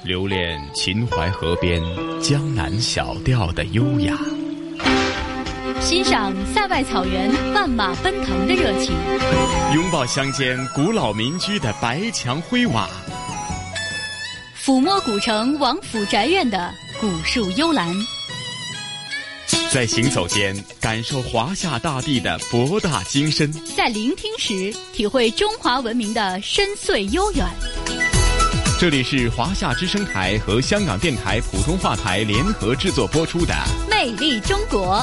留恋秦淮河边江南小调的优雅， 欣赏塞外草原万马奔腾的热情， 拥抱乡间古老民居的白墙灰瓦， 抚摸古城王府宅院的古树幽兰， 在行走间感受华夏大地的博大精深， 在聆听时体会中华文明的深邃悠远。 这里是华夏之声台和香港电台普通话台联合制作播出的《 魅力中国》。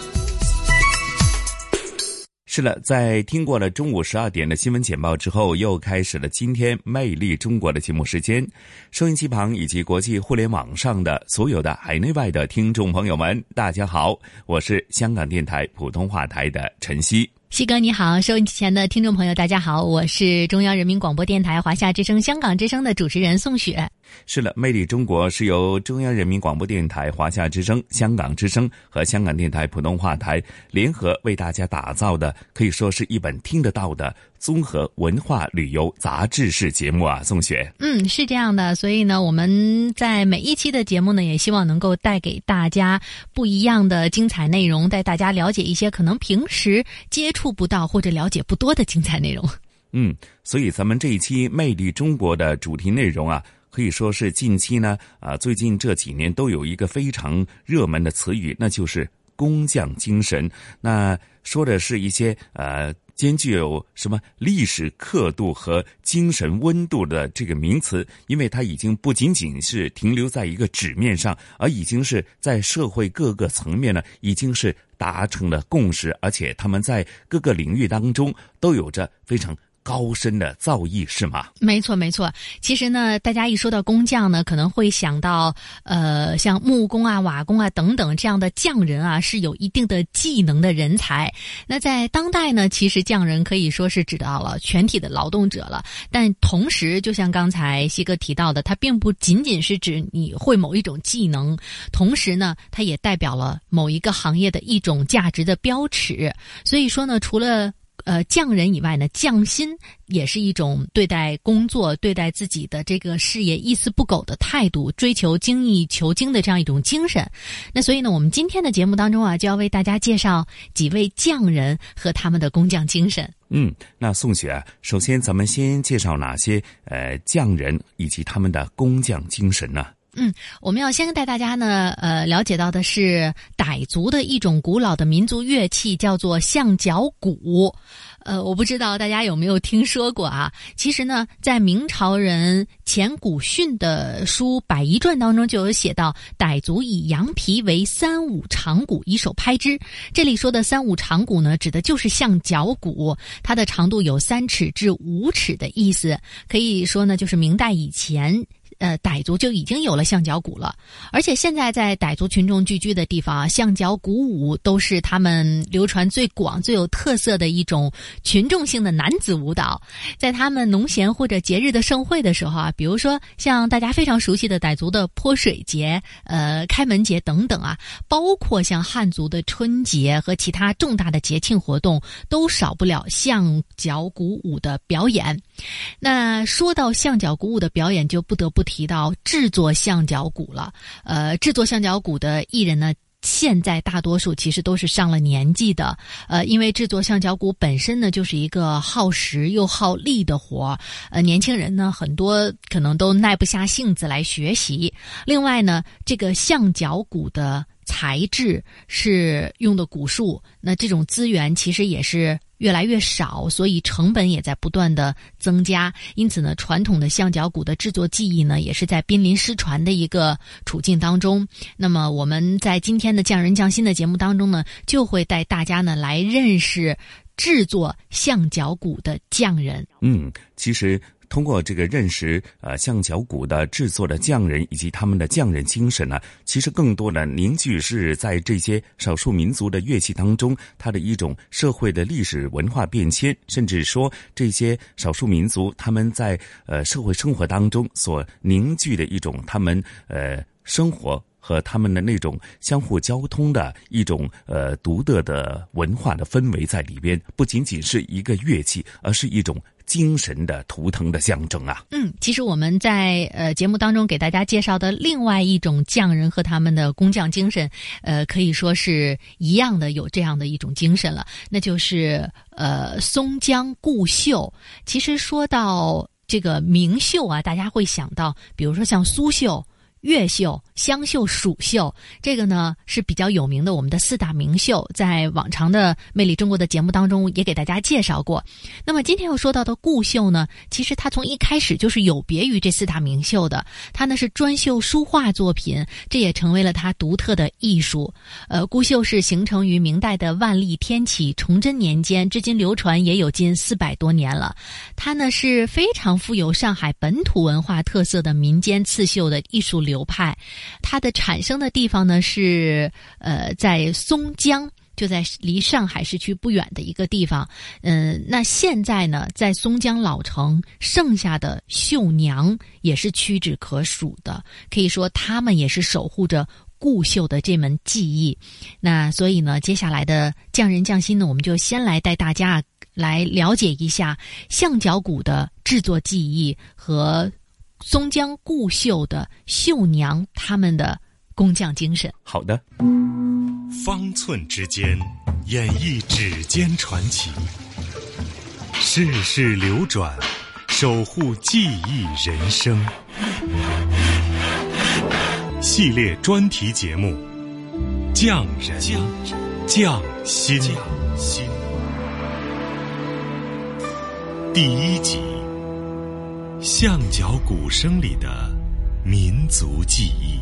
是了，在听过了中午12点的新闻简报之后，又开始了今天《魅力中国》的节目时间。收音机旁以及国际互联网上的所有的海内外的听众朋友们，大家好，我是香港电台普通话台的陈曦。 西哥你好，收音机前的听众朋友大家好，我是中央人民广播电台华夏之声香港之声的主持人宋雪。 是了，魅力中国是由中央人民广播电台华夏之声香港之声和香港电台普通话台联合为大家打造的，可以说是一本听得到的综合文化旅游杂志式节目啊，宋雪。 是这样的，所以呢，我们在每一期的节目呢，也希望能够带给大家不一样的精彩内容，带大家了解一些可能平时接触不到或者了解不多的精彩内容。 所以咱们这一期魅力中国的主题内容啊，可以说是近期呢最近这几年都有一个非常热门的词语，那就是工匠精神。那说的是一些兼具有什么历史刻度和精神温度的这个名词，因为它已经不仅仅是停留在一个纸面上，而已经是在社会各个层面呢，已经是达成了共识，而且他们在各个领域当中都有着非常高深的造诣，是吗？ 没错没错。其实呢，大家一说到工匠呢，可能会想到像木工啊、瓦工啊等等这样的匠人啊，是有一定的技能的人才。那在当代呢，其实匠人可以说是指到了全体的劳动者了，但同时就像刚才西哥提到的，它并不仅仅是指你会某一种技能，同时呢，它也代表了某一个行业的一种价值的标尺。所以说呢，除了匠人以外呢，匠心也是一种对待工作、对待自己的这个事业一丝不苟的态度，追求精益求精的这样一种精神。那所以呢，我们今天的节目当中啊，就要为大家介绍几位匠人和他们的工匠精神。 那宋雪啊，首先咱们先介绍哪些匠人以及他们的工匠精神呢？ 我们要先带大家呢，了解到的是傣族的一种古老的民族乐器，叫做象脚鼓。我不知道大家有没有听说过啊？其实呢，在明朝人钱古训的书《百夷传》当中就有写到，傣族以羊皮为三五长鼓，以手拍之。这里说的三五长鼓呢，指的就是象脚鼓，它的长度有3尺至5尺的意思。可以说呢，就是明代以前傣族就已经有了象脚鼓了，而且现在在傣族群众聚居的地方啊，象脚鼓舞都是他们流传最广、最有特色的一种群众性的男子舞蹈。在他们农闲或者节日的盛会的时候啊，比如说像大家非常熟悉的傣族的泼水节、开门节等等啊，包括像汉族的春节和其他重大的节庆活动，都少不了象脚鼓舞的表演。那说到象脚鼓舞的表演，就不得不提到制作象脚鼓了。制作象脚鼓的艺人呢，现在大多数其实都是上了年纪的，因为制作象脚鼓本身呢就是一个耗时又耗力的活，年轻人呢很多可能都耐不下性子来学习。另外呢，这个象脚鼓的材质是用的古树，那这种资源其实也是越来越少，所以成本也在不断的增加。因此呢，传统的象脚鼓的制作技艺呢，也是在濒临失传的一个处境当中。那么我们在今天的匠人匠心的节目当中呢，就会带大家呢来认识制作象脚鼓的匠人。 其实通过这个认识象脚鼓的制作的匠人以及他们的匠人精神呢，其实更多的凝聚是在这些少数民族的乐器当中，它的一种社会的历史文化变迁，甚至说这些少数民族他们在社会生活当中所凝聚的一种他们生活和他们的那种相互交通的一种独特的文化的氛围在里边，不仅仅是一个乐器，而是一种精神的图腾的象征啊。 其实我们在节目当中给大家介绍的另外一种匠人和他们的工匠精神，可以说是一样的，有这样的一种精神了，那就是松江固绣。其实说到这个名绣啊，大家会想到，比如说像苏绣、越绣、湘绣、蜀绣，这个呢是比较有名的我们的4大名绣，在往常的魅力中国的节目当中也给大家介绍过。那么今天要说到的固绣呢，其实它从一开始就是有别于这4大名绣的，它呢是专绣书画作品，这也成为了它独特的艺术。固绣是形成于明代的万历天启崇祯年间，至今流传也有近400多年了。它呢是非常富有上海本土文化特色的民间刺绣的艺术流派。它的产生的地方呢是在松江，就在离上海市区不远的一个地方。那现在呢，在松江老城剩下的绣娘也是屈指可数的，可以说他们也是守护着固绣的这门技艺。那所以呢，接下来的匠人匠心呢，我们就先来带大家来了解一下象脚鼓的制作技艺和松江固绣的绣娘他们的工匠精神。 好的， 方寸之间演绎指尖传奇，世事流转守护技艺人生。系列专题节目匠人匠心第1集，象脚鼓声里的民族记忆。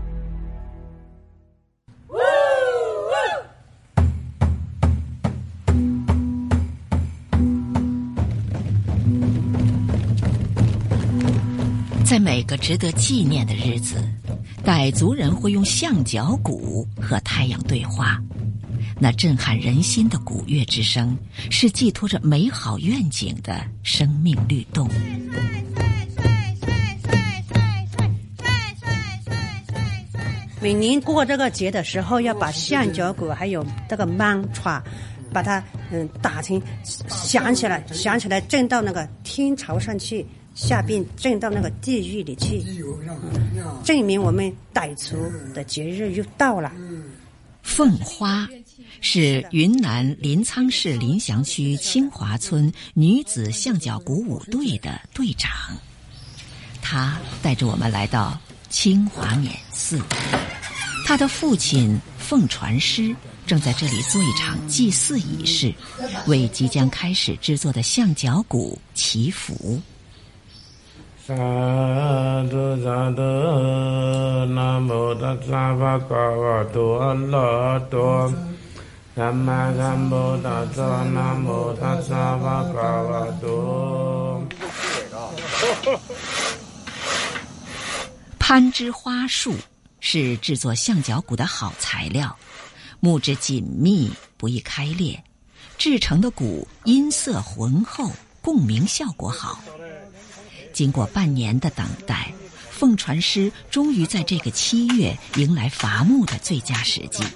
在每个值得纪念的日子，傣族人会用象脚鼓和太阳对话。那震撼人心的鼓乐之声，是寄托着美好愿景的生命律动。 每年过这个节的时候，要把象脚鼓还有这个曼歘，把它打成响起来，震到那个天朝上去，下边震到那个地狱里去，证明我们傣族的节日又到了。 凤花是云南临沧市临祥区清华村女子象脚鼓舞队的队长，他带着我们来到清华冕寺。他的父亲凤传师正在这里做一场祭祀仪式，为即将开始制作的象脚鼓祈福。 萨埵萨埵，南无达萨巴嘎瓦多阿拉多，南无南无达萨南无达萨巴嘎瓦多。 攀枝花树是制作象脚鼓的好材料，木质紧密，不易开裂，制成的鼓音色浑厚，共鸣效果好。经过半年的等待，凤传师终于在这个7月迎来伐木的最佳时机。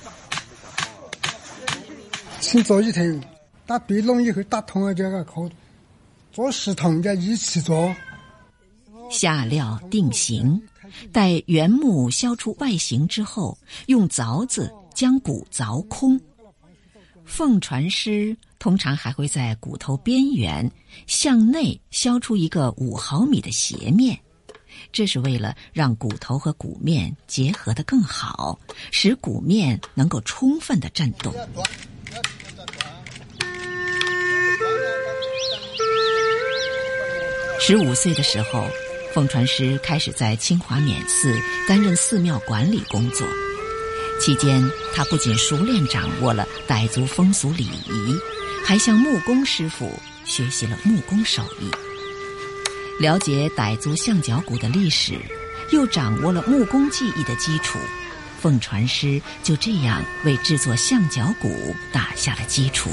先做一头，打对拢以后打通了这个口，做石头就一起做。 下料定型，待原木削出外形之后，用凿子将鼓凿空。凤传师通常还会在骨头边缘向内削出一个5毫米的斜面，这是为了让骨头和鼓面结合得更好，使鼓面能够充分的震动。15岁的时候，凤传师开始在清华冕寺担任寺庙管理工作。期间，他不仅熟练掌握了傣族风俗礼仪，还向木工师傅学习了木工手艺。了解傣族象脚鼓的历史，又掌握了木工技艺的基础，凤传师就这样为制作象脚鼓打下了基础。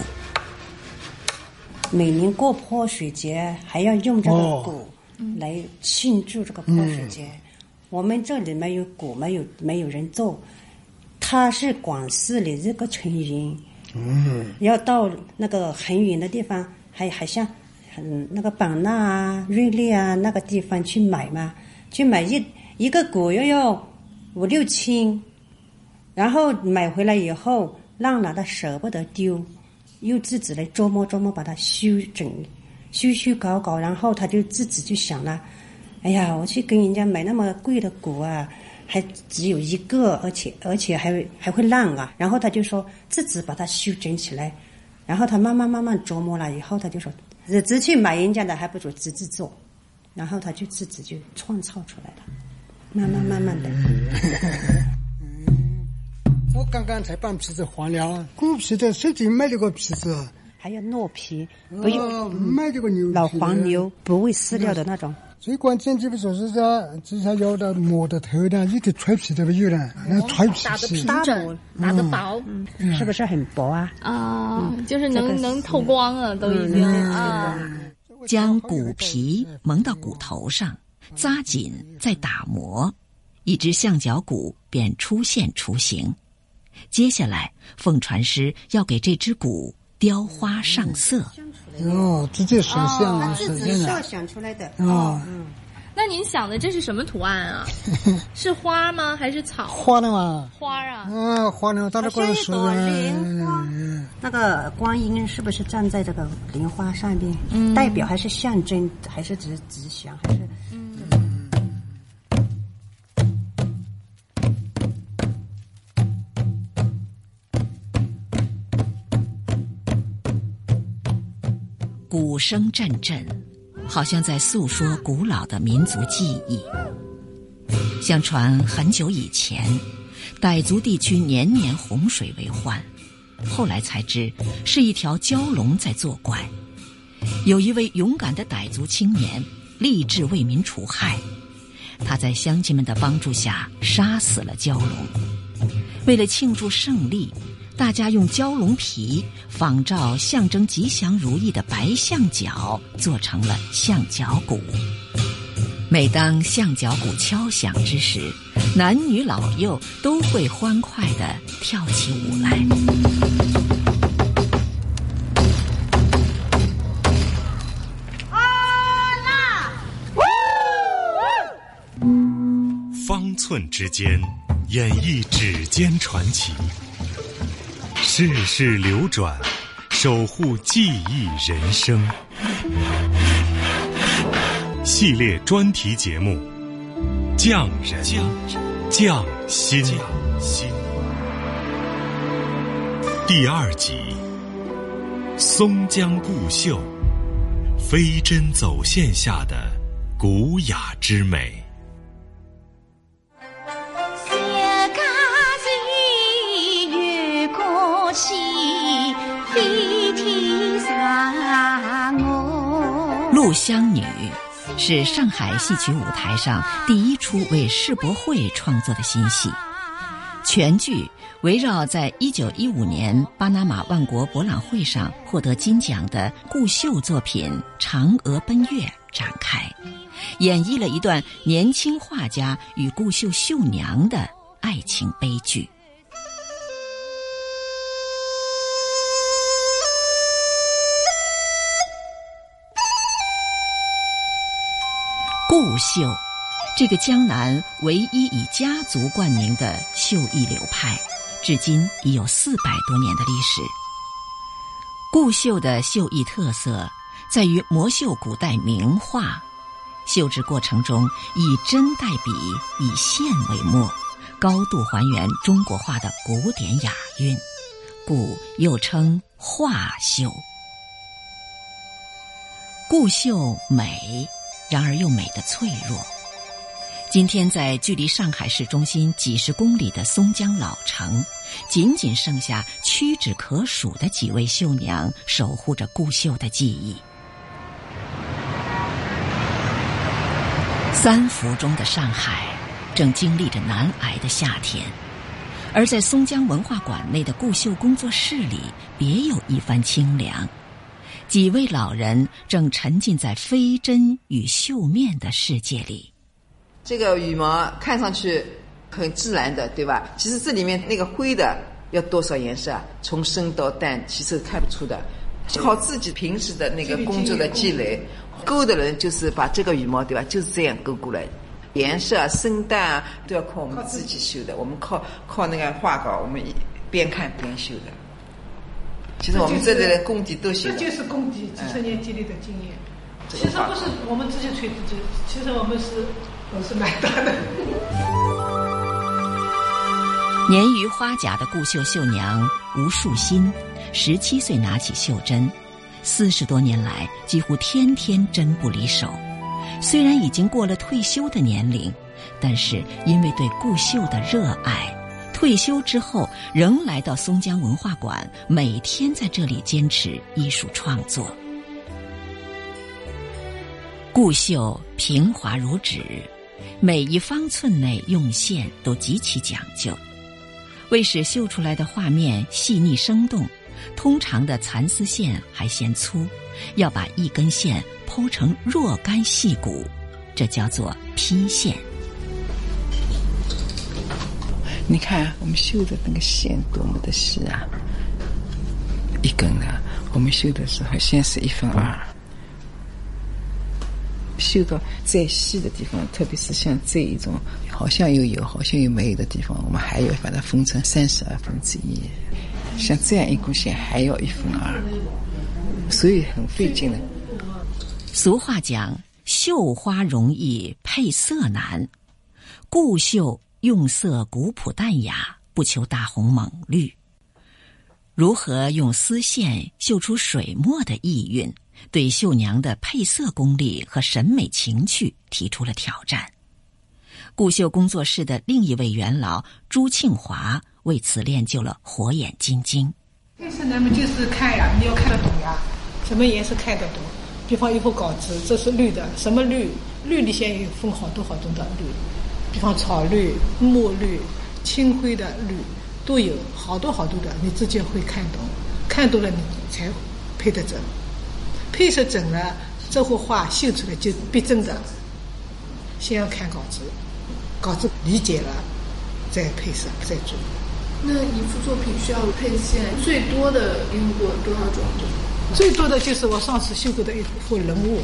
每年过泼水节还要用这个鼓来庆祝这个泼水节。我们这里没有鼓，没有人做。他是广西的这个成员，要到那个很远的地方，还那个版纳啊、瑞丽啊那个地方去买嘛，去买一个鼓要5、6千，然后买回来以后，让拿的舍不得丢，又自己来琢磨把它修搞，然后他就自己就想了，哎呀，我去跟人家买那么贵的鼓啊，还只有一个，而且还会烂啊，然后他就说自己把它修整起来，然后他慢慢琢磨了以后，他就说只去买人家的还不如自己做，然后他就自己就创造出来了，慢慢的。 我刚刚才把皮子换了，鼓皮在手机买了个皮子， 还有糯皮，不用买了个牛皮， 老黄牛不会撕掉的那种。 最关键就是说是这下要的磨的头呢，一点脆皮都没有了，那脆皮打得平整，打得薄， 是不是很薄啊？ 就是能透光了，都已经将鼓皮蒙到骨头上，扎紧再打磨，一只象脚鼓便出现雏形。接下来，凤传师要给这只鼓雕花上色。 直接手像自己设想出来的。 那您想的这是什么图案啊？是花吗？还是草？ 花的嘛。 花啊。 花呢，它的光是莲花。那个观音是不是站在这个莲花上边？代表还是象征，还是只是吉祥，还是？ 鼓声阵阵，好像在诉说古老的民族记忆。相传很久以前，傣族地区年年洪水为患，后来才知是一条蛟龙在作怪。有一位勇敢的傣族青年立志为民除害，他在乡亲们的帮助下杀死了蛟龙。为了庆祝胜利，大家用蛟龙皮仿照象征吉祥如意的白象脚做成了象脚鼓。每当象脚鼓敲响之时，男女老幼都会欢快地跳起舞来。 方寸之间，演绎指尖传奇。世事流转，守护记忆人生。系列专题节目《匠人匠心》第2集《松江故绣》，飞针走线下的古雅之美。陆湘女是上海戏曲舞台上第一出为世博会创作的新戏，全剧围绕在1915年巴拿马万国博览会上获得金奖的顾绣作品《嫦娥奔月》展开，演绎了一段年轻画家与顾绣绣娘的爱情悲剧。顾绣，这个江南唯一以家族冠名的绣艺流派，至今已有400多年的历史。顾绣的绣艺特色在于摹绣古代名画，绣制过程中以针代笔，以线为墨，高度还原中国画的古典雅韵，故又称画绣。顾绣美，然而又美得脆弱。今天在距离上海市中心几10公里的松江老城，仅仅剩下屈指可数的几位绣娘守护着顾绣的技艺。3伏中的上海正经历着难挨的夏天，而在松江文化馆内的顾绣工作室里别有一番清凉。几位老人正沉浸在飞针与绣面的世界里。 这个羽毛看上去很自然的，对吧？其实这里面那个灰的要多少颜色啊？从深到淡其实看不出的。 靠自己平时的那个工作的积累，钩的人就是把这个羽毛，对吧？就是这样钩过来，颜色啊、身段啊都要靠我们自己绣的。我们靠那个画稿，我们边看边绣的。其实我们这里的工底都绣的， 这就是工底几十年积累的经验。其实不是我们自己吹自己，其实我们是买到的。 年逾花甲的顾绣绣娘吴树新，17岁拿起绣针，40多年来几乎天天针不离手。虽然已经过了退休的年龄，但是因为对顾绣的热爱，退休之后仍来到松江文化馆，每天在这里坚持艺术创作。顾绣平滑如纸，每一方寸内用线都极其讲究。为使绣出来的画面细腻生动，通常的蚕丝线还嫌粗，要把一根线剖成若干细骨，这叫做披线。 你看我们绣的那个线多么的细啊，一根啊，我们绣的时候先是1分2，绣到再细的地方，特别是像这一种好像又有好像又没有的地方，我们还要把它分成32分之一，像这样一根线还要1分2，所以很费劲的。 俗话讲，绣花容易配色难，顾绣用色古朴淡雅，不求大红猛绿。如何用丝线绣出水墨的意蕴，对绣娘的配色功力和审美情趣提出了挑战。顾绣工作室的另一位元老朱庆华为此练就了火眼金睛。 配色呢，就是看呀，你要看得懂呀，什么颜色看得懂。比方一幅稿子，这是绿的，什么绿？绿里现在分好多的绿，比方草绿、墨绿、青灰的绿都有，好多的，你自己会看懂，看懂了你才配得准。配色准了，这幅画绣出来就逼真的。先要看稿子，稿子理解了，再配色，再做。 那一幅作品需要配线最多的用过多少种？ 最多的就是我上次绣过的一幅人物，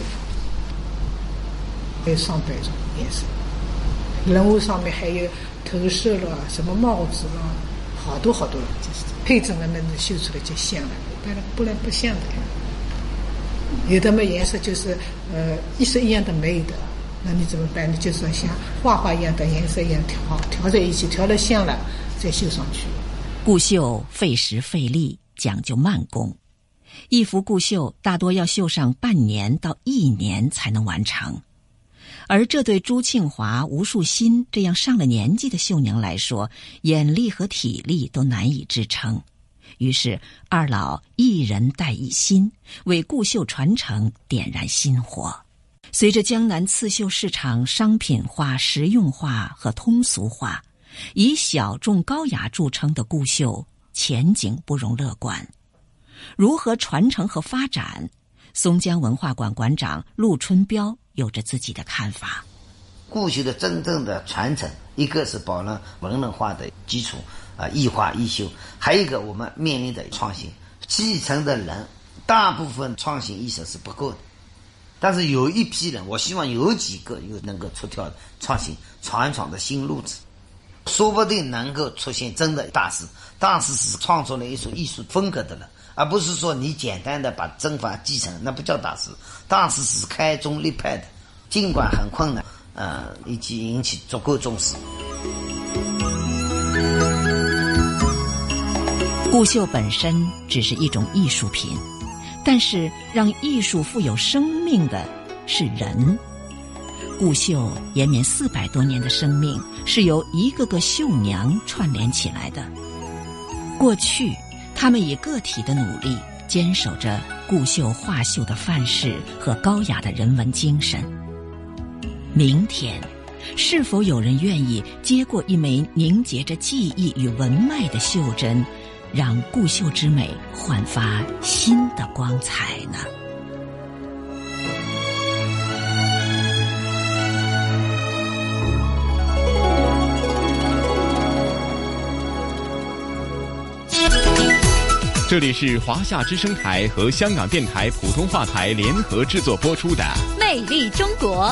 有上百种颜色。人物上面还有头饰了，什么帽子了，好多，就是配整了，那绣出来就像了，不然不像的呀。有的嘛颜色就是一式一样的没有的，那你怎么办？你就是像画一样的颜色一样调在一起，调了像了再绣上去。 顾绣费时费力，讲究慢工，一幅顾绣大多要绣上半年到1年才能完成。而这对朱庆华、吴树新这样上了年纪的绣娘来说，眼力和体力都难以支撑。于是二老一人带一心，为顾绣传承点燃心火。随着江南刺绣市场商品化、实用化和通俗化，以小众高雅著称的顾绣前景不容乐观。如何传承和发展？松江文化馆馆长陆春标有着自己的看法。 顾绣的真正的传承，一个是保证文人画的基础易画易绣，还有一个我们面临的创新。继承的人大部分创新意识是不够的，但是有一批人，我希望有几个又能够出挑创新，闯的新路子，说不定能够出现真的大师。大师是创作了一种艺术风格的人，而不是说你简单的把针法继承，那不叫大师。大师是开宗立派的，尽管很困难，以及引起足够重视。 顾绣本身只是一种艺术品，但是让艺术富有生命的是人。顾绣延绵400多年的生命是由一个个绣娘串联起来的。过去他们以个体的努力坚守着顾绣画绣的范式和高雅的人文精神。明天是否有人愿意接过一枚凝结着记忆与文脉的绣针，让顾绣之美焕发新的光彩呢？ 这里是华夏之声台和香港电台普通话台联合制作播出的 《魅力中国》。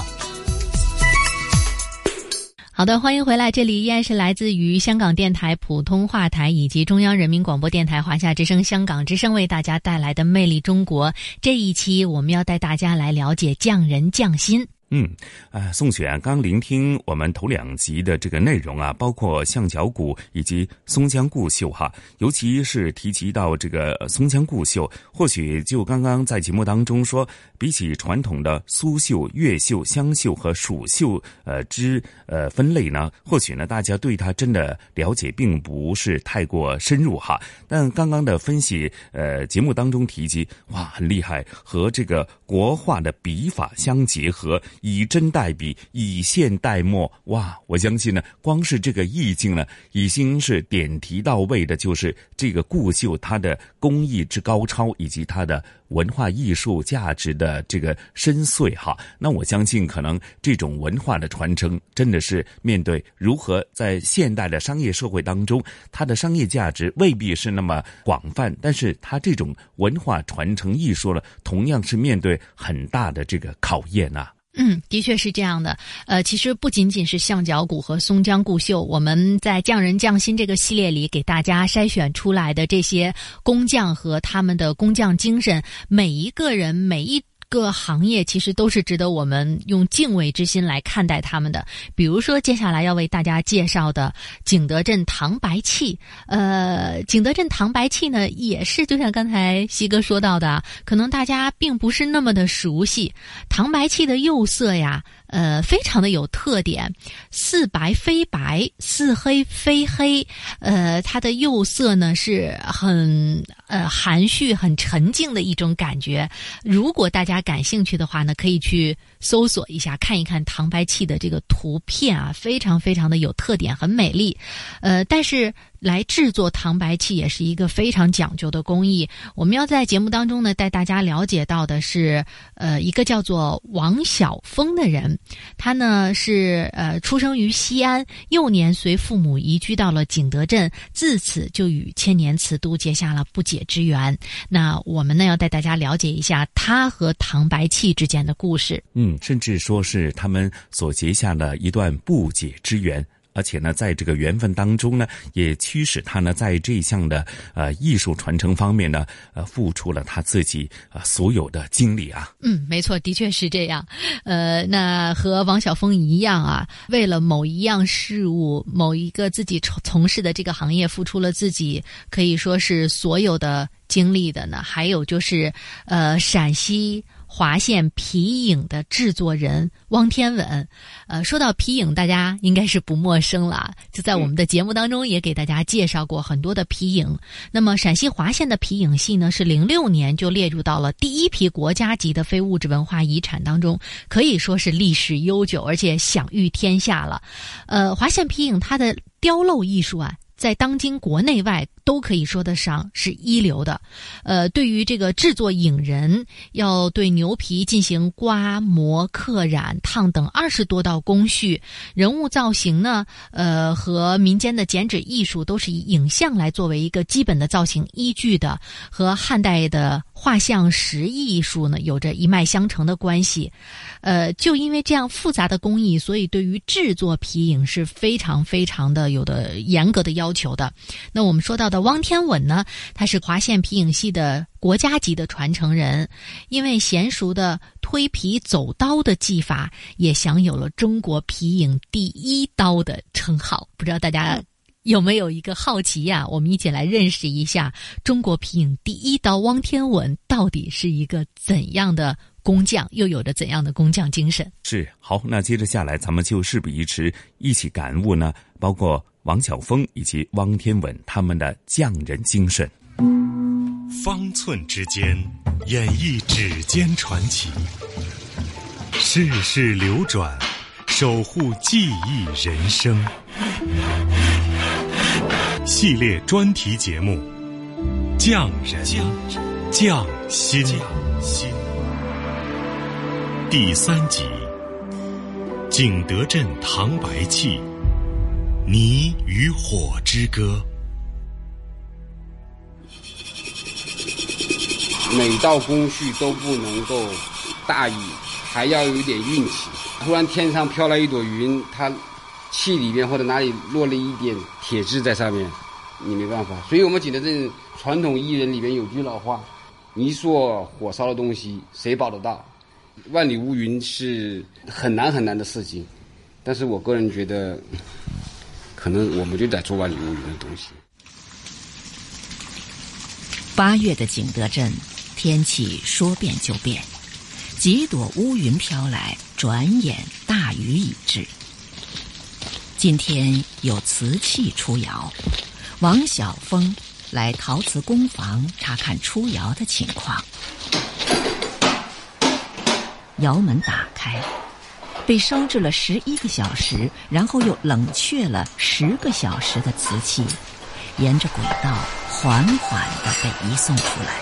好的，欢迎回来，这里依然是来自于香港电台普通话台以及中央人民广播电台华夏之声、香港之声为大家带来的《魅力中国》。这一期我们要带大家来了解匠人匠心。 宋雪刚聆听我们头2集的这个内容啊，包括象脚鼓以及松江固绣哈，尤其是提及到这个松江固绣，或许就刚刚在节目当中说，比起传统的苏绣、越绣、湘绣和蜀绣分类呢，或许呢大家对它真的了解并不是太过深入哈。但刚刚的分析节目当中提及，哇，很厉害，和这个国画的笔法相结合，以真代笔，以线代墨，哇！我相信呢，光是这个意境呢，已经是点题到位的，就是这个固绣它的工艺之高超，以及它的文化艺术价值的这个深邃哈。那我相信，可能这种文化的传承，真的是面对如何在现代的商业社会当中，它的商业价值未必是那么广泛，但是它这种文化传承艺术呢，同样是面对很大的这个考验啊。 的确是这样的。其实不仅仅是象脚鼓和松江固绣，我们在匠人匠心这个系列里给大家筛选出来的这些工匠和他们的工匠精神，每一个人每一个行业其实都是值得我们用敬畏之心来看待他们的。比如说接下来要为大家介绍的景德镇唐白器，景德镇唐白器呢，也是就像刚才西哥说到的，可能大家并不是那么的熟悉。唐白器的釉色呀，非常的有特点，似白非白，似黑非黑。它的釉色呢是很含蓄、很沉静的一种感觉。如果大家感兴趣的话呢，可以去搜索一下，看一看唐白器的这个图片啊，非常非常的有特点，很美丽。但是来制作唐白器也是一个非常讲究的工艺。我们要在节目当中呢带大家了解到的是一个叫做王晓峰的人，他呢是出生于西安，幼年随父母移居到了景德镇，自此就与千年瓷都结下了不解之缘。那我们呢要带大家了解一下他和唐白器之间的故事。 甚至说是他们所结下了一段不解之缘。而且呢，在这个缘分当中呢，也驱使他呢，在这项的艺术传承方面呢，付出了他自己所有的精力啊。 没错，的确是这样。那和王晓峰一样啊，为了某一样事物、某一个自己从事的这个行业，付出了自己可以说是所有的精力的呢。还有就是陕西华县皮影的制作人汪天稳。说到皮影，大家应该是不陌生了，就在我们的节目当中也给大家介绍过很多的皮影。那么陕西华县的皮影戏呢，是06年就列入到了第一批国家级的非物质文化遗产当中，可以说是历史悠久，而且享誉天下了。华县皮影它的雕镂艺术啊，在当今国内外都可以说得上是一流的。对于这个制作影人，要对牛皮进行刮、磨、刻、染、烫等20多道工序，人物造型呢，和民间的剪纸艺术都是以影像来作为一个基本的造型依据的，和汉代的画像石艺术呢有着一脉相承的关系。就因为这样复杂的工艺，所以对于制作皮影是非常非常的有的严格的要求的。那我们说到的汪天稳呢，他是华县皮影戏的国家级的传承人，因为娴熟的推皮走刀的技法，也享有了中国皮影第一刀的称号。不知道大家有没有一个好奇呀？我们一起来认识一下中国皮影第一刀汪天稳到底是一个怎样的工匠，又有着怎样的工匠精神。 是，好，那接着下来咱们就事不宜迟，一起感悟呢，包括王晓峰以及汪天稳他们的匠人精神。 方寸之间演绎指尖传奇，世事流转，守护技艺人生。系列专题节目《匠人匠心》第3集《景德镇唐白器泥与火之歌》。 每道工序都不能够大意，还要有一点运气。突然天上飘来一朵云，它气里边或者哪里落了一点铁质在上面，你没办法。所以我们景德镇传统艺人里边有句老话，你说火烧的东西谁保得到？万里无云是很难很难的事情，但是我个人觉得可能我们就在做万里无云的东西。 8月的景德镇天气说变就变，几朵乌云飘来，转眼大雨已至。今天有瓷器出窑，王晓峰来陶瓷工坊查看出窑的情况。窑门打开，被烧制了11个小时，然后又冷却了10个小时的瓷器，沿着轨道缓缓地被移送出来。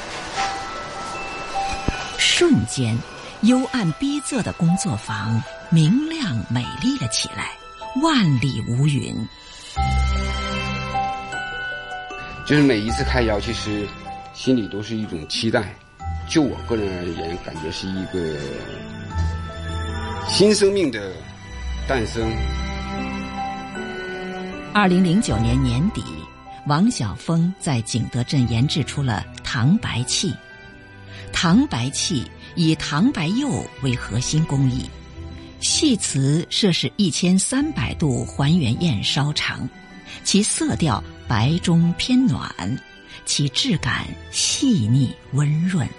瞬间，幽暗逼仄的工作坊明亮美丽了起来，万里无云。 就是每一次开窑，其实心里都是一种期待。就我个人而言，感觉是一个新生命的诞生。 2009年年底，王晓峰在景德镇研制出了唐白器。唐白器以唐白釉为核心工艺，细瓷摄氏1300度还原焰烧长，其色调白中偏暖，其质感细腻温润。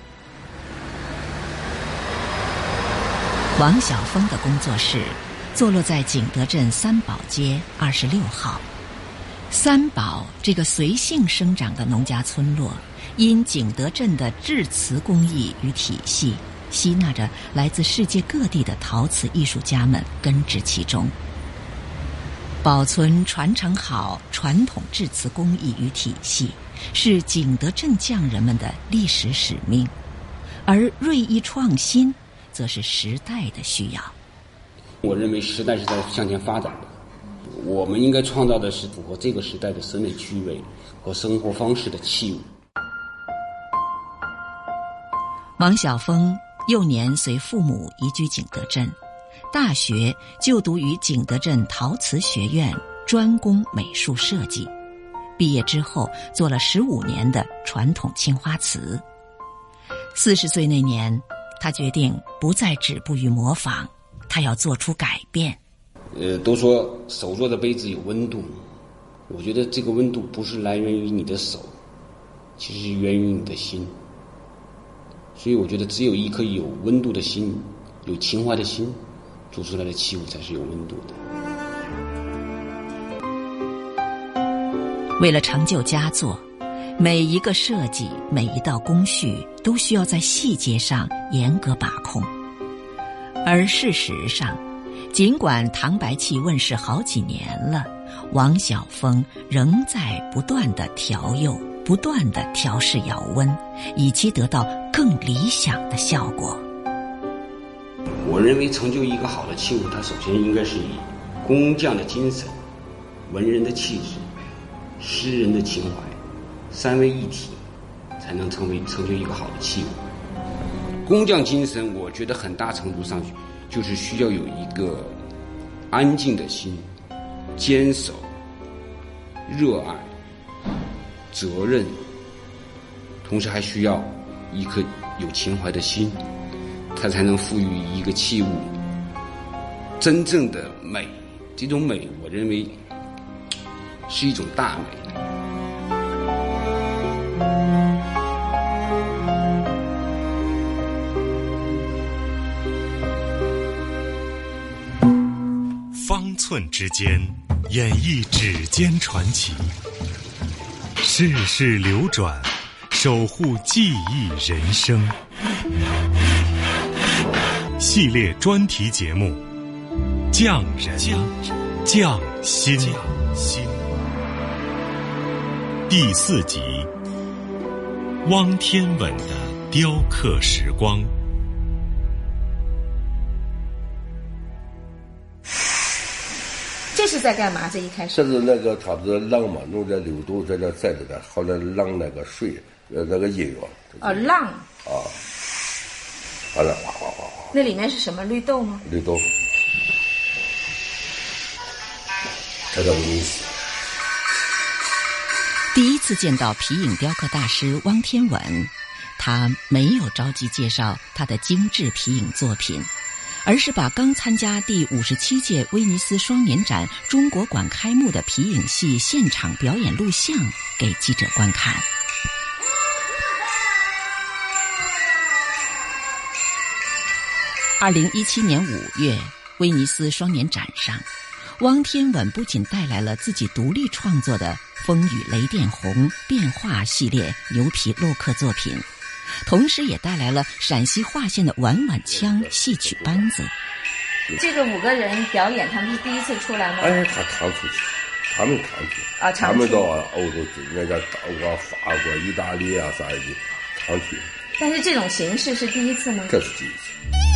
王晓峰的工作室坐落在景德镇三宝街26号。三宝这个随性生长的农家村落，因景德镇的制瓷工艺与体系，吸纳着来自世界各地的陶瓷艺术家们根植其中。保存传承好传统制瓷工艺与体系，是景德镇匠人们的历史使命，而锐意创新则是时代的需要。 我认为时代是在向前发展的，我们应该创造的是符合这个时代的审美趣味和生活方式的器物。 王晓峰幼年随父母移居景德镇，大学就读于景德镇陶瓷学院，专攻美术设计。毕业之后做了15年的传统青花瓷。40岁那年，他决定不再止步于模仿，他要做出改变。 都说手做的杯子有温度，我觉得这个温度不是来源于你的手，其实是源于你的心。所以我觉得只有一颗有温度的心，有情怀的心，做出来的器物才是有温度的。 为了成就佳作，每一个设计，每一道工序都需要在细节上严格把控。而事实上，尽管唐白器问世好几年了，王晓峰仍在不断地调釉，不断地调试窑温，以期得到更理想的效果。 我认为成就一个好的器物，它首先应该是以工匠的精神、文人的气质、诗人的情怀三位一体，才能成就一个好的器物。工匠精神，我觉得很大程度上就是需要有一个安静的心、坚守、热爱、责任，同时还需要一颗有情怀的心，它才能赋予一个器物真正的美。这种美，我认为是一种大美。 方寸之间，演绎指尖传奇，世事流转，守护技艺人生。系列专题节目《匠人匠心》第4集，汪天吻的雕刻时光。 这是在干嘛？这一开始这是那个他不是浪嘛，弄点流豆在这在这的，好像浪那个水，那个音乐。 浪。 完了，哗哗哗哗。 那里面是什么？绿豆吗？ 绿豆。这个意思。 第一次见到皮影雕刻大师汪天文，他没有着急介绍他的精致皮影作品，而是把刚参加第57届威尼斯双年展中国馆开幕的皮影戏现场表演录像给记者观看。2017年5月，威尼斯双年展上，汪天稳不仅带来了自己独立创作的风雨雷电红、变化系列牛皮洛克作品，同时也带来了陕西划县的碗碗腔戏曲班子。 这个5个人表演，他们是第一次出来吗？ 他常出去，他们常去他们到欧洲去，人家德国、法国、意大利啊啥的常去。 但是这种形式是第一次吗？ 这是第一次。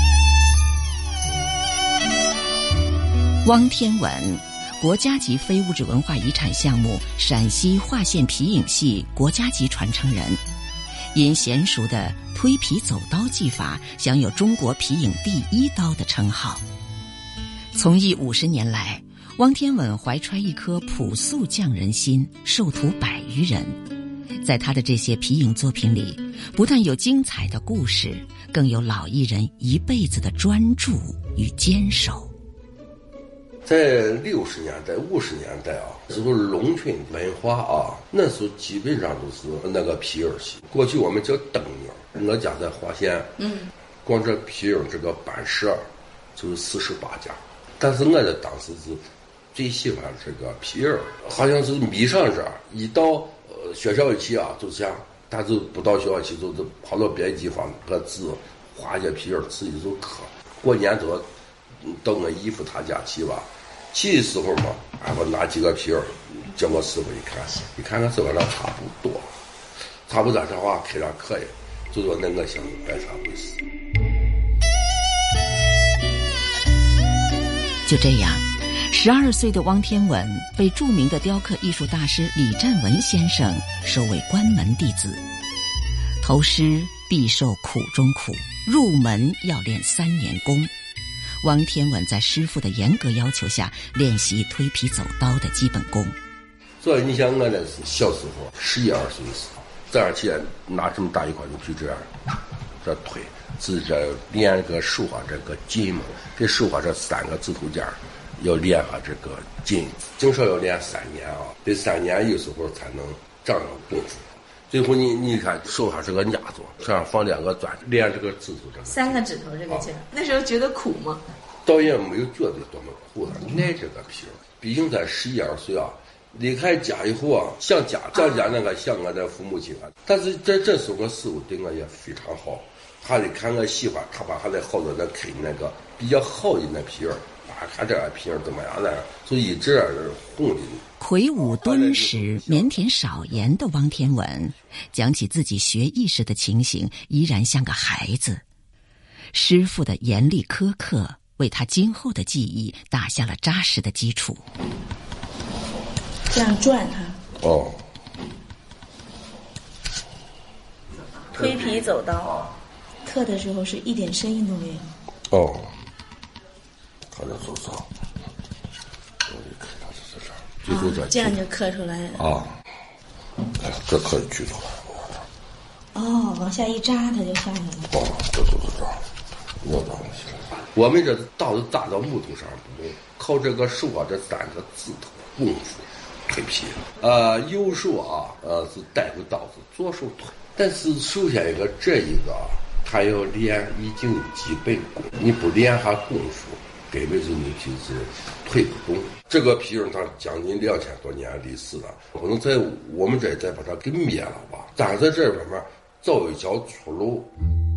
汪天稳，国家级非物质文化遗产项目陕西划县皮影戏国家级传承人，因娴熟的推皮走刀技法，享有中国皮影第1刀的称号。从艺50年来，汪天稳怀揣一颗朴素匠人心，授徒100余人。在他的这些皮影作品里，不但有精彩的故事，更有老艺人一辈子的专注与坚守。 在60年代、50年代啊，时候农村文化啊，那时候基本上都是那个皮影戏。过去我们叫灯影，我家在划县，光这皮影这个班社就是48家，但是我在当时是最喜欢这个皮影，好像是迷上这，一到学校一去啊，就想，但是不到学校去，就是跑到别的地方个字画些皮影，自己就刻。过年都到我姨父他家去吧。去的时候嘛，我拿几个皮儿，叫我师傅一看看师傅那差不多，差不多这话开上可以，就说那我想白啥回事。 就这样，12岁的汪天稳被著名的雕刻艺术大师李占文先生收为关门弟子。投师必受苦中苦，入门要练3年功。汪天稳在师傅的严格要求下练习推皮走刀的基本功。 所以你想我那是小时候11、12岁时，这样去拿这么大一块牛皮这样这推，是这练个手上这个筋嘛，这手上这3个指头尖要练下这个筋，至少要练3年啊，这3年有时候才能长上功夫。最后你看手上是个压座，这样放2个钻，练这个指头这个 3个指头这个劲，那时候觉得苦吗？ 倒也没有觉得多么苦，爱这个皮。毕竟在11、12岁啊，离开家以后啊，想家那个想我的父母亲啊。但是在这时候我师傅对我也非常好，他得看我喜欢，他把还得好多的开那个比较好的那皮儿。看这个皮儿怎么样呢？所以这样红的。 魁梧敦实、腼腆少言的汪天稳，讲起自己学艺时的情形，依然像个孩子。师傅的严厉苛刻，为他今后的技艺打下了扎实的基础。 这样转它。推皮走刀，刻的时候是一点声音都没有。 他的手上， 这样就刻出来了。 这可以锯出来。 往下一扎，它就下来了。 这就是这样，有东西了。我们这刀子扎到木头上不用，靠这个手这3个指头功夫推皮。右手是带着刀子，左手推。但是首先一个他要练已经有基本功，你不练下功夫。根本是你就是推不动。这个皮影它将近2000多年历史了，不能在我们这再把它给灭了吧？但在这方面找一条出路。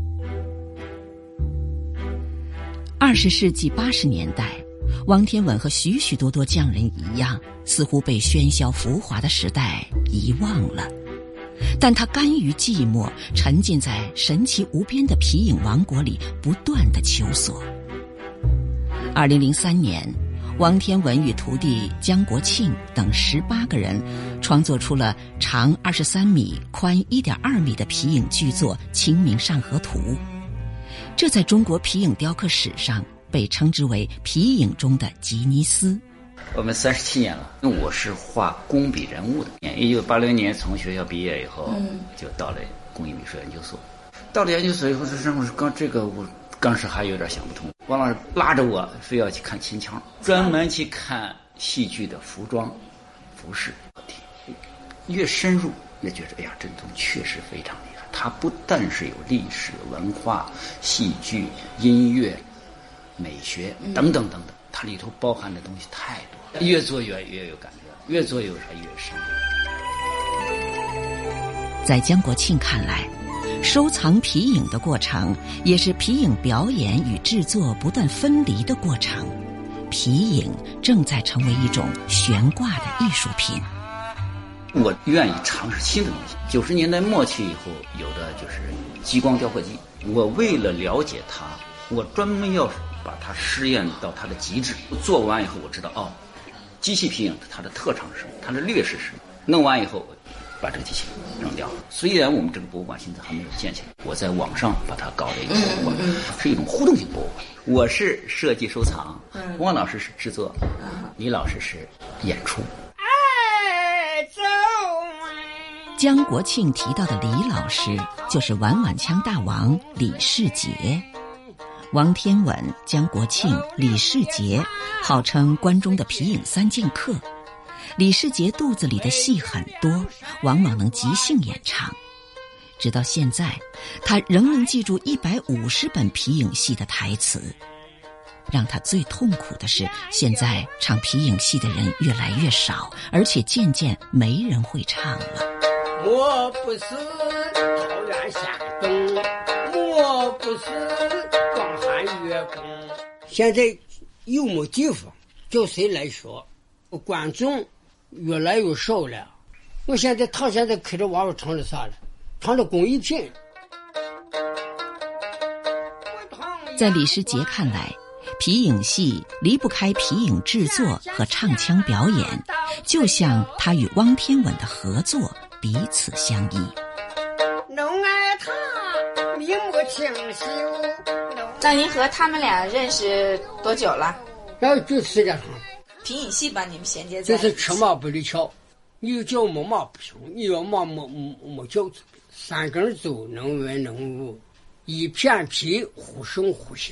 20世纪80年代，汪天稳和许许多多匠人一样，似乎被喧嚣浮华的时代遗忘了。但他甘于寂寞，沉浸在神奇无边的皮影王国里，不断地求索。2003年， 王天文与徒弟江国庆等18个人创作出了长23米、宽1.2米的皮影巨作《清明上河图》。这在中国皮影雕刻史上被称之为皮影中的吉尼斯。 我们37年了，我是画工笔人物的。1980年从学校毕业以后，就到了工艺美术研究所。到了研究所以后，我当时还有点想不通。王老师拉着我非要去看秦腔，专门去看戏剧的服装、服饰。越深入越觉得，哎呀，这东西确实非常厉害。它不但是有历史文化、戏剧、音乐、美学等等等等，它里头包含的东西太多了。越做越有感觉，越做越深。 在江国庆看来，收藏皮影的过程也是皮影表演与制作不断分离的过程。皮影正在成为一种悬挂的艺术品。 我愿意尝试新的东西。90年代末期以后，有的就是激光雕刻机。我为了了解它，我专门要把它试验到它的极致。做完以后，我知道机器皮影它的特长是什么，它的劣势是什么。弄完以后，把这个机器扔掉。虽然我们这个博物馆现在还没有建起来，我在网上把它搞了一个博物馆，是一种互动性博物馆。我是设计收藏，汪老师是制作，李老师是演出。 江国庆提到的李老师就是碗碗腔大王李世杰。王天文、江国庆、李世杰号称关中的皮影3剑客。李世杰肚子里的戏很多，往往能即兴演唱。直到现在，他仍能记住150本皮影戏的台词。让他最痛苦的是，现在唱皮影戏的人越来越少，而且渐渐没人会唱了。 我不是桃源向东，我不是广寒月宫。现在有没地方叫谁来说？观众越来越少了。我现在开着娃娃唱的啥了？唱的工艺品。 在李世杰看来，皮影戏离不开皮影制作和唱腔表演，就像他与汪天文的合作彼此相依。 侬爱他面目清秀。 那您和他们俩认识多久了？ 就时间长。 皮影戏把你们衔接在一起。 就是吃马不离桥，你叫没马不行，你要马没叫3根走，能文能武，一片皮互生互相。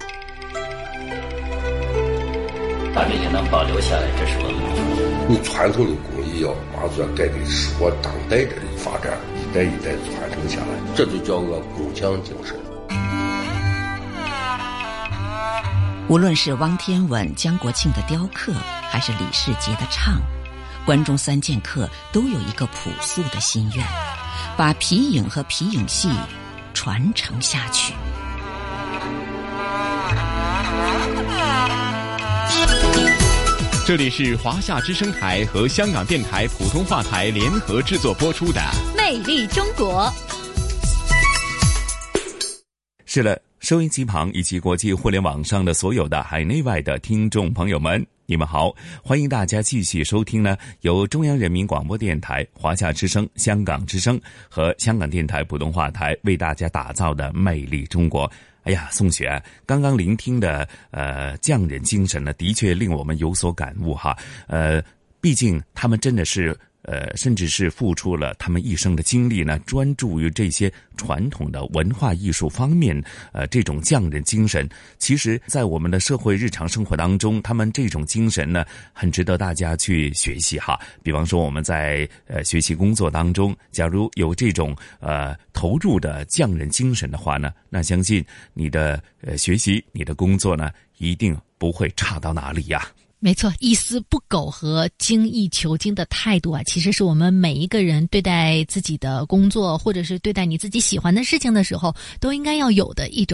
把这些能保留下来，这是我们你传统的工艺要马上该给适合当代的发展，一代一代传承下来，这就叫个工匠精神。 无论是汪天文、江国庆的雕刻，还是李世杰的唱，关中3剑客都有一个朴素的心愿，把皮影和皮影戏传承下去。 这里是华夏之声台和香港电台普通话台联合制作播出的《 魅力中国》。 是了，收音机旁以及国际互联网上的所有的海内外的听众朋友们，你们好，欢迎大家继续收听呢由中央人民广播电台、华夏之声、香港之声和香港电台普通话台为大家打造的《魅力中国》。哎呀，宋雪，刚刚聆听的匠人精神呢，的确令我们有所感悟哈。毕竟他们真的是甚至是付出了他们一生的精力呢，专注于这些传统的文化艺术方面。这种匠人精神，其实在我们的社会日常生活当中，他们这种精神呢，很值得大家去学习哈。比方说我们在学习工作当中，假如有这种投入的匠人精神的话呢，那相信你的学习、你的工作呢，一定不会差到哪里呀。 没错，一丝不苟和精益求精的态度啊，其实是我们每一个人对待自己的工作，或者是对待你自己喜欢的事情的时候，都应该要有的一种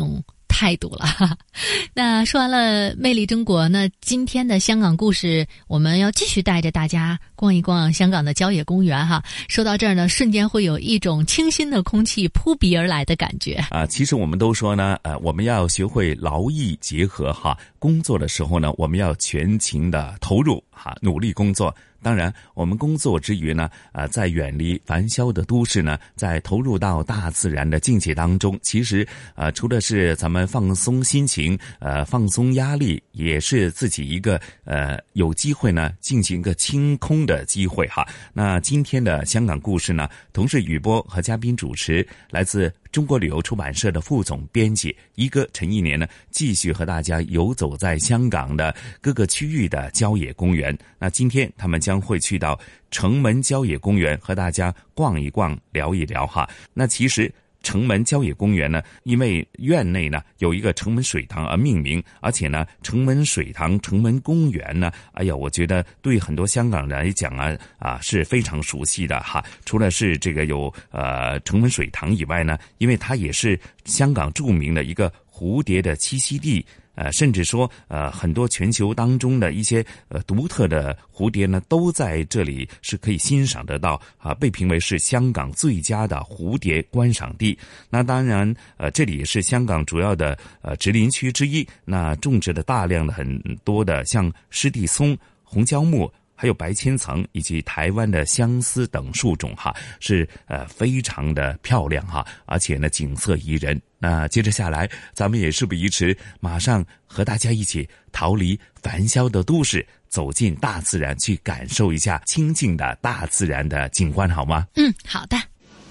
态度了。那说完了魅力中国呢，今天的香港故事我们要继续带着大家逛一逛香港的郊野公园哈。说到这儿呢，瞬间会有一种清新的空气扑鼻而来的感觉其实我们都说呢，我们要学会劳逸结合哈，工作的时候呢，我们要全情的投入哈，努力工作。当然我们工作之余呢，在远离繁嚣的都市呢，在投入到大自然的境界当中，其实除了是咱们放松心情，放松压力，也是自己一个有机会呢进行一个清空的机会哈。那今天的香港故事呢，同是雨波和嘉宾主持，来自中国旅游出版社的副总编辑一哥陈一年呢，继续和大家游走在香港的各个区域的郊野公园。那今天他们将会去到城门郊野公园和大家逛一逛聊一聊哈。那其实城门郊野公园呢，因为院内呢有一个城门水塘而命名，而且呢城门水塘城门公园呢，哎呀，我觉得对很多香港人来讲是非常熟悉的哈。除了是这个有城门水塘以外呢，因为它也是香港著名的一个蝴蝶的栖息地，甚至说很多全球当中的一些独特的蝴蝶呢，都在这里是可以欣赏得到被评为是香港最佳的蝴蝶观赏地。那当然这里也是香港主要的植林区之一，那种植了大量的很多的像湿地松、红椒木，还有白千层以及台湾的相思等树种哈，是非常的漂亮哈，而且呢景色宜人。那接着下来，咱们也事不宜迟，马上和大家一起逃离繁嚣的都市，走进大自然，去感受一下清静的大自然的景观，好吗？ 好的。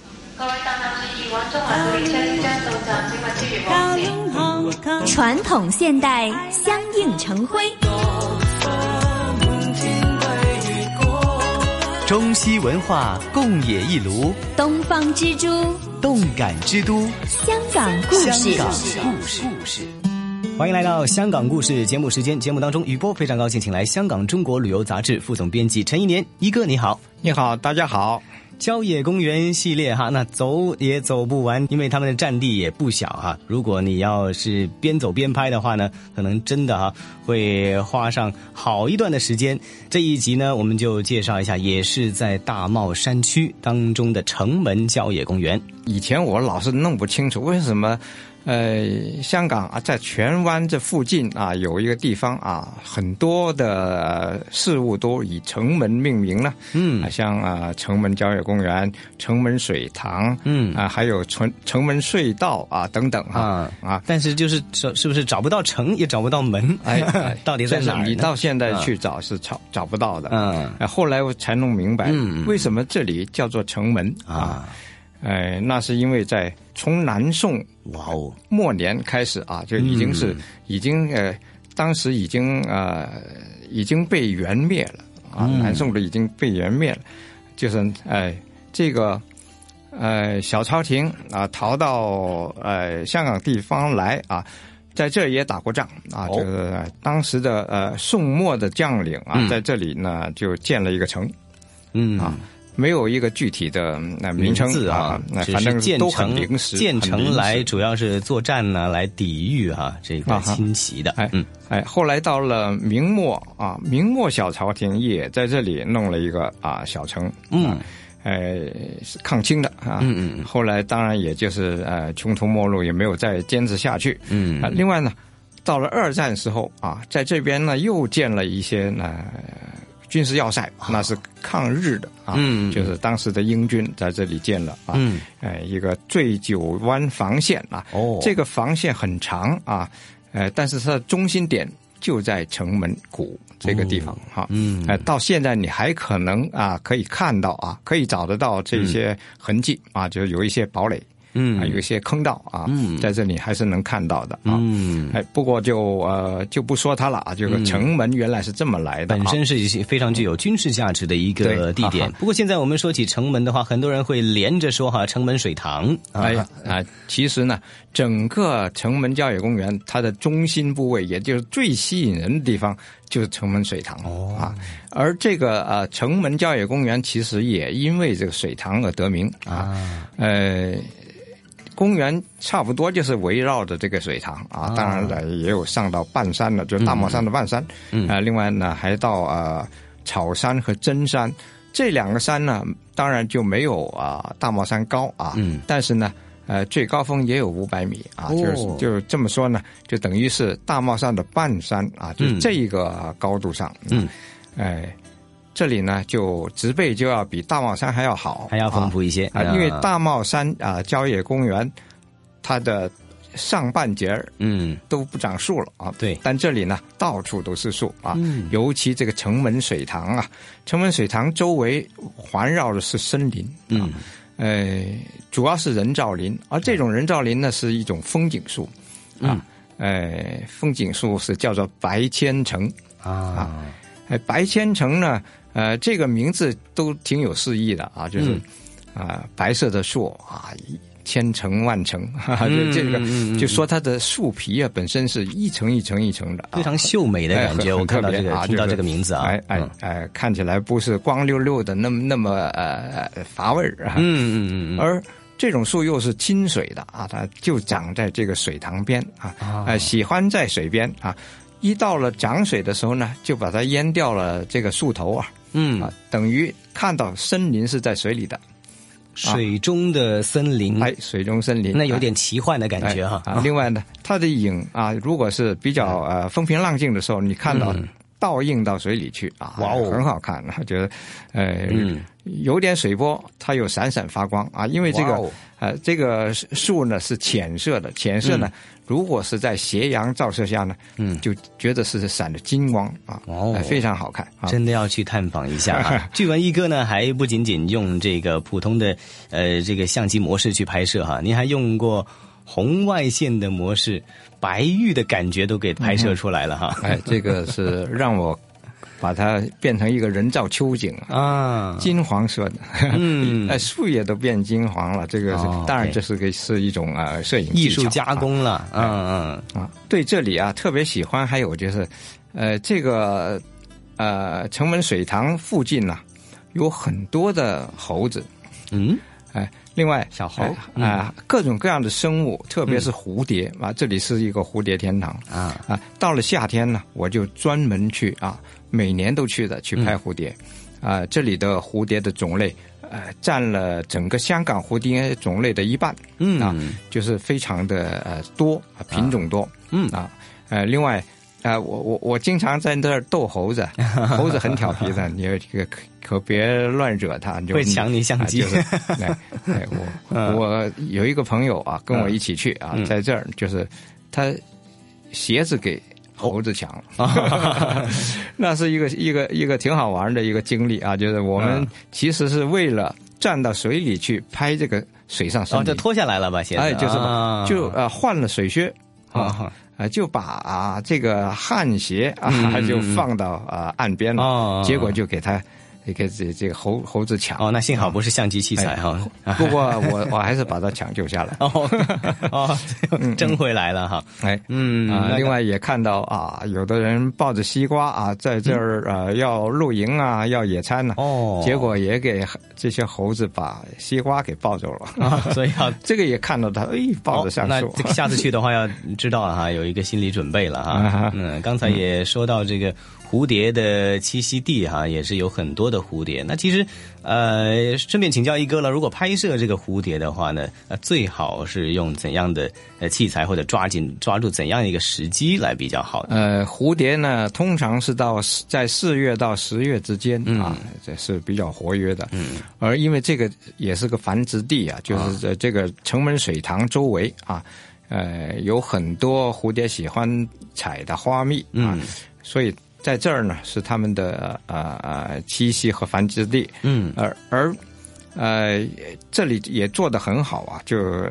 传统现代相映成辉， 中西文化共冶一炉， 东方之珠， 动感之都， 香港故事。 欢迎来到香港故事节目时间。节目当中，雨波非常高兴请来香港中国旅游杂志副总编辑陈一年一哥，你好。 你好，大家好。 郊野公园系列哈，那走也走不完，因为他们的占地也不小哈。如果你要是边走边拍的话呢，可能真的会花上好一段的时间。这一集呢，我们就介绍一下，也是在大帽山区当中的城门郊野公园。 以前我老是弄不清楚为什么香港在荃湾这附近有一个地方很多的事物都以城门命名了。像城门郊野公园、城门水塘，还有城门隧道等等但是就是是不是找不到城也找不到门？到底在哪儿呢？ 你到现在去找是找不到的。后来我才弄明白，为什么这里叫做城门那是因为从南宋末年开始就已经当时已经被元灭了南宋的已经被元灭了，就是这个小朝廷逃到香港地方来在这也打过仗就是当时的宋末的将领在这里呢就建了一个城没有一个具体的名称字反正都很临时。 建成来主要是作战呢，来抵御这个侵袭的。 后来到了明末明末小朝廷也在这里弄了一个小城。是抗清的后来当然也就是穷途末路，也没有再坚持下去。另外呢，到了二战时候在这边呢又建了一些军事要塞，那是抗日的就是当时的英军在这里建了一个醉酒湾防线这个防线很长但是它的中心点就在城门谷这个地方到现在你还可能可以看到可以找得到这些痕迹就是有一些堡垒。有一些坑道在这里还是能看到的不过就不说它了这个城门原来是这么来的， 本身是非常具有军事价值的一个地点。不过现在我们说起城门的话，很多人会连着说城门水塘其实呢，整个城门郊野公园它的中心部位，也就是最吸引人的地方，就是城门水塘而这个城门郊野公园其实也因为这个水塘而得名公园差不多就是围绕着这个水塘啊，当然了也有上到半山了，就是大帽山的半山，另外呢还到草山和真山，这2个山呢当然就没有大帽山高啊，但是呢最高峰也有500米啊，就这么说呢，就等于是大帽山的半山啊，就这一个高度上，这里呢就植被就要比大帽山还要好， 还要丰富一些啊，因为大帽山郊野公园它的上半截都不长树了啊， 对， 但这里呢到处都是树啊，尤其这个城门水塘啊，城门水塘周围环绕的是森林，主要是人造林，而这种人造林呢是一种风景树啊，风景树是叫做白千层啊，白千层呢这个名字都挺有诗意的啊，就是白色的树啊，千层万层，这个就说它的树皮本身是一层一层一层的， 非常秀美的感觉。我看到这个，听到这个名字啊， 看起来不是光溜溜的那么乏味啊。而这种树又是亲水的啊，它就长在这个水塘边啊，喜欢在水边啊。一到了涨水的时候呢，就把它淹掉了这个树头等于看到森林是在水里的。 水中的森林， 水中森林， 那有点奇幻的感觉哈。 另外呢，它的影如果是比较风平浪静的时候，你看到倒映到水里去很好看，觉得有点水波，它有闪闪发光啊，因为这个树呢是浅色的，浅色呢如果是在斜阳照射下呢，就觉得是闪着金光啊，非常好看啊， 真的要去探访一下啊。据闻一哥呢还不仅仅用这个普通的这个相机模式去拍摄哈，您还用过红外线的模式，白玉的感觉都给拍摄出来了哈。 这个是让我把它变成一个人造秋景啊，金黄色的，树叶都变金黄了。这个当然这是一种摄影艺术加工了， 对这里特别喜欢，还有就是这个城门水塘附近呢有很多的猴子，另外小猴各种各样的生物，特别是蝴蝶这里是一个蝴蝶天堂到了夏天呢，我就专门去每年都去拍蝴蝶这里的蝴蝶的种类占了整个香港蝴蝶种类的1半就是非常的多，品种多另外我经常在那儿逗猴子，猴子很调皮的，你可别乱惹它， 会抢你相机。 我有一个朋友跟我一起去在这儿就是他鞋子给猴子抢了，那是一个挺好玩的一个经历就是我们其实是为了站到水里去拍这个水上森林， 就脱下来了吧鞋子， 就换了水靴就把这个旱鞋就放到岸边了，结果就给他这个猴子抢那幸好不是相机器材不过我还是把它抢救下来争回来了哈另外也看到有的人抱着西瓜在这儿要露营要野餐呢结果也给这些猴子把西瓜给抱走了所以这个也看到他抱着上树那下次去的话要知道有一个心理准备了刚才也说到这个蝴蝶的栖息地也是有很多的蝴蝶。那其实顺便请教一哥了，如果拍摄这个蝴蝶的话呢，最好是用怎样的器材，或者抓住怎样一个时机来比较好的？ 蝴蝶呢通常是在4月到10月之间这是比较活跃的而因为这个也是个繁殖地就是在这个城门水塘周围有很多蝴蝶喜欢采的花蜜所以在这儿呢是他们的栖息和繁殖地而这里也做得很好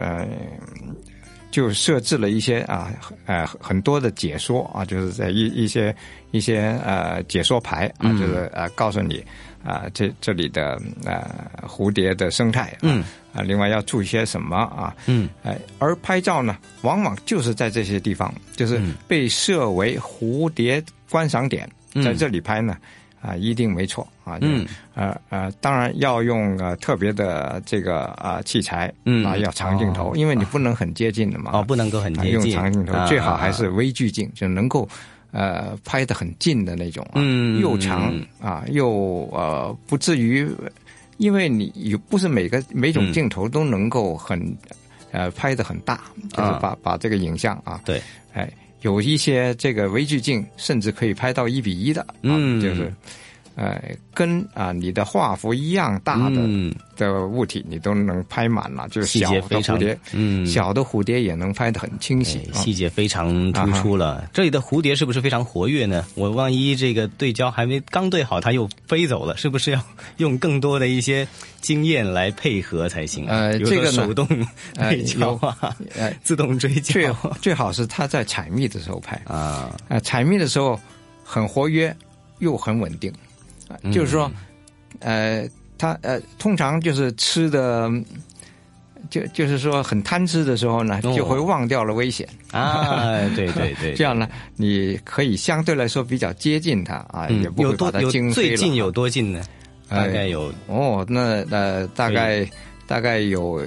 就设置了一些很多的解说就是在一些解说牌就是告诉你这里的蝴蝶的生态另外要注意些什么而拍照呢往往就是在这些地方就是被设为蝴蝶观赏点在这里拍呢一定没错啊。当然要用特别的这个器材要长镜头，因为你不能很接近的嘛。 不能够很接近， 用长镜头最好还是微距镜，就能够拍得很近的那种又长又不至于，因为你不是每种镜头都能够很拍得很大，就是把这个影像对， 有一些这个微距镜甚至可以拍到1:1的，就是跟你的画幅一样大的物体你都能拍满了，就是小的蝴蝶，小的蝴蝶也能拍得很清晰， 细节非常突出了。这里的蝴蝶是不是非常活跃呢？我万一这个对焦还没刚对好，它又飞走了，是不是要用更多的一些经验来配合才行？ 这个手动对焦自动追焦， 最好是它在采蜜的时候拍采蜜的时候很活跃又很稳定。就是说，它通常就是吃的，就是说很贪吃的时候呢，就会忘掉了危险对对对， 这样呢，你可以相对来说比较接近它也不会把它惊飞了。 最近有多近呢？大概有那大概有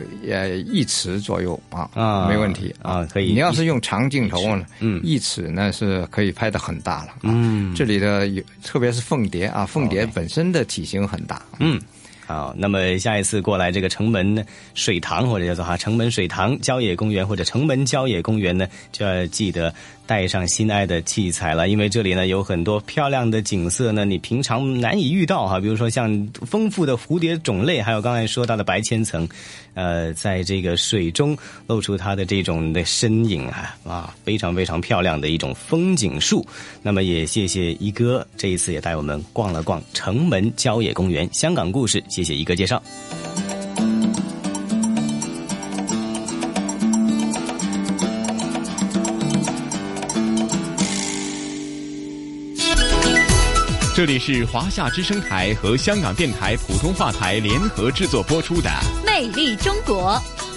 1尺左右没问题可以。 你要是用长镜头呢，1尺呢是可以拍得很大了这里的特别是凤蝶凤蝶本身的体型很大好，那么下一次过来这个城门水塘，或者叫做城门水塘郊野公园或者城门郊野公园呢，就要记得带上心爱的器材了，因为这里呢有很多漂亮的景色呢，你平常难以遇到比如说像丰富的蝴蝶种类，还有刚才说到的白千层，在这个水中露出它的这种的身影非常非常漂亮的一种风景树。那么也谢谢一哥这一次也带我们逛了逛城门郊野公园香港故事，谢谢一哥介绍。 这里是华夏之声台和香港电台普通话台联合制作播出的 《魅力中国》。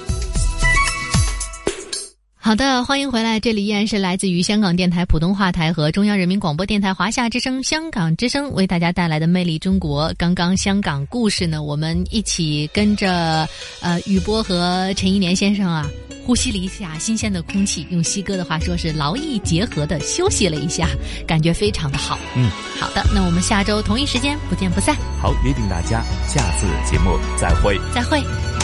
好的，欢迎回来，这里依然是来自于香港电台普通话台和中央人民广播电台华夏之声、香港之声为大家带来的《魅力中国》。刚刚香港故事呢，我们一起跟着雨波和陈一年先生呼吸了一下新鲜的空气，用西哥的话说是劳逸结合的休息了一下，感觉非常的好。好的，那我们下周同一时间不见不散。 好，约定大家下次节目再会。 再会。